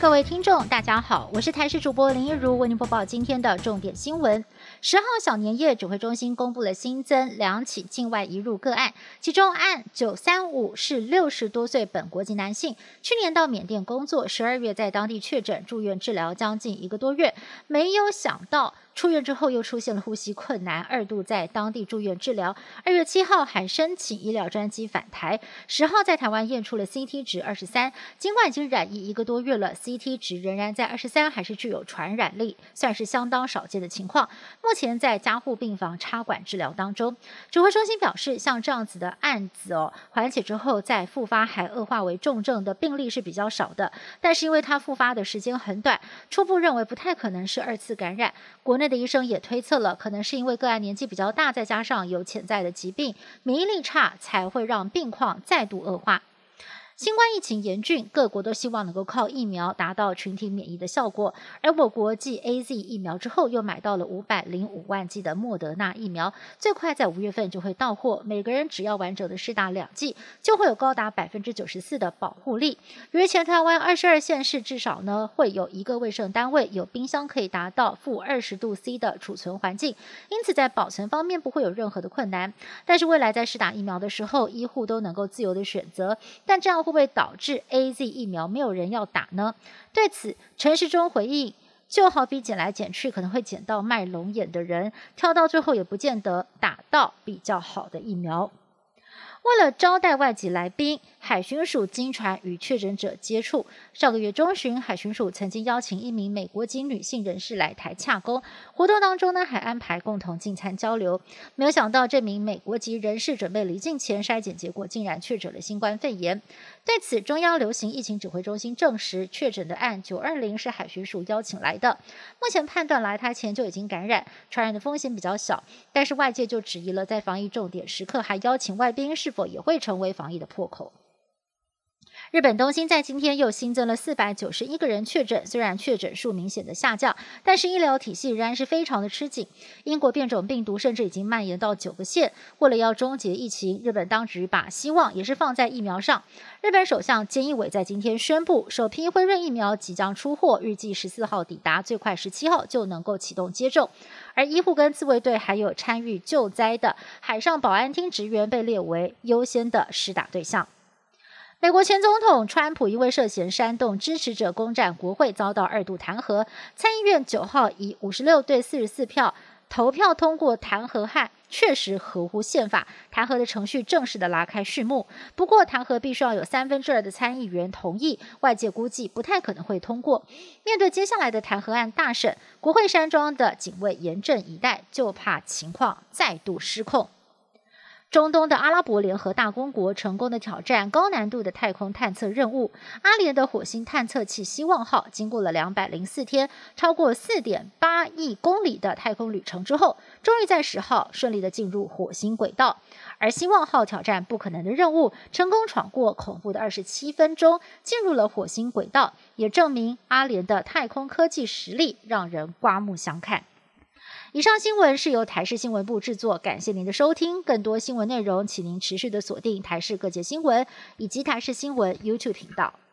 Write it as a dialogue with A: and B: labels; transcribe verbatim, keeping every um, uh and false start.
A: 各位听众大家好，我是台视主播林一如，为您播报今天的重点新闻。十号小年夜指挥中心公布了新增两起境外移入个案，其中案九三五是六十多岁本国籍男性，去年到缅甸工作，十二月在当地确诊住院治疗将近一个多月，没有想到出院之后又出现了呼吸困难，二度在当地住院治疗。二月七号还申请医疗专机返台，十号在台湾验出了 C T 值二十三，尽管已经染疫一个多月了 ，C T 值仍然在二十三，还是具有传染力，算是相当少见的情况。目前在加护病房插管治疗当中。指挥中心表示，像这样子的案子哦，缓解之后再复发还恶化为重症的病例是比较少的，但是因为它复发的时间很短，初步认为不太可能是二次感染。国内的医生也推测了，可能是因为个案年纪比较大，再加上有潜在的疾病，免疫力差，才会让病况再度恶化。新冠疫情严峻，各国都希望能够靠疫苗达到群体免疫的效果，而我国继 A Z 疫苗之后，又买到了五百零五万剂的莫德纳疫苗，最快在五月份就会到货，每个人只要完整的施打两剂，就会有高达 百分之九十四 的保护力。由于全台湾二十二县市至少呢会有一个卫生单位有冰箱可以达到负二十度 C 的储存环境，因此在保存方面不会有任何的困难。但是未来在施打疫苗的时候，医护都能够自由的选择，但这样会不会导致 A Z 疫苗没有人要打呢？对此，陈时中回应，就好比捡来捡去，可能会捡到卖龙眼的人，挑到最后也不见得打到比较好的疫苗。为了招待外籍来宾，海巡署经传与确诊者接触。上个月中旬，海巡署曾经邀请一名美国籍女性人士来台洽公，活动当中呢还安排共同进餐交流。没有想到这名美国籍人士准备离境前筛检结果竟然确诊了新冠肺炎。对此，中央流行疫情指挥中心证实，确诊的案九二零是海巡署邀请来的。目前判断来台前就已经感染，传染的风险比较小，但是外界就质疑了，在防疫重点时刻还邀请外宾，是否也会成为防疫的破口。日本东京在今天又新增了四百九十一个人确诊，虽然确诊数明显的下降，但是医疗体系仍然是非常的吃紧。英国变种病毒甚至已经蔓延到九个县，为了要终结疫情，日本当局把希望也是放在疫苗上。日本首相菅义伟在今天宣布，首批辉瑞疫苗即将出货，预计十四号抵达，最快十七号就能够启动接种。而医护跟自卫队还有参与救灾的海上保安厅职员被列为优先的施打对象。美国前总统川普因为涉嫌煽动支持者攻占国会，遭到二度弹劾。参议院九号以五十六对四十四票投票通过弹劾案，确实合乎宪法，弹劾的程序正式的拉开序幕。不过弹劾必须要有三分之二的参议员同意，外界估计不太可能会通过。面对接下来的弹劾案大审，国会山庄的警卫严阵以待，就怕情况再度失控。中东的阿拉伯联合大公国成功的挑战高难度的太空探测任务。阿联的火星探测器希望号经过了两百零四天，超过 四点八亿公里的太空旅程之后，终于在十号顺利的进入火星轨道。而希望号挑战不可能的任务，成功闯过恐怖的二十七分钟，进入了火星轨道，也证明阿联的太空科技实力让人刮目相看。以上新闻是由台视新闻部制作，感谢您的收听。更多新闻内容，请您持续的锁定台视各界新闻以及台视新闻 YouTube 频道。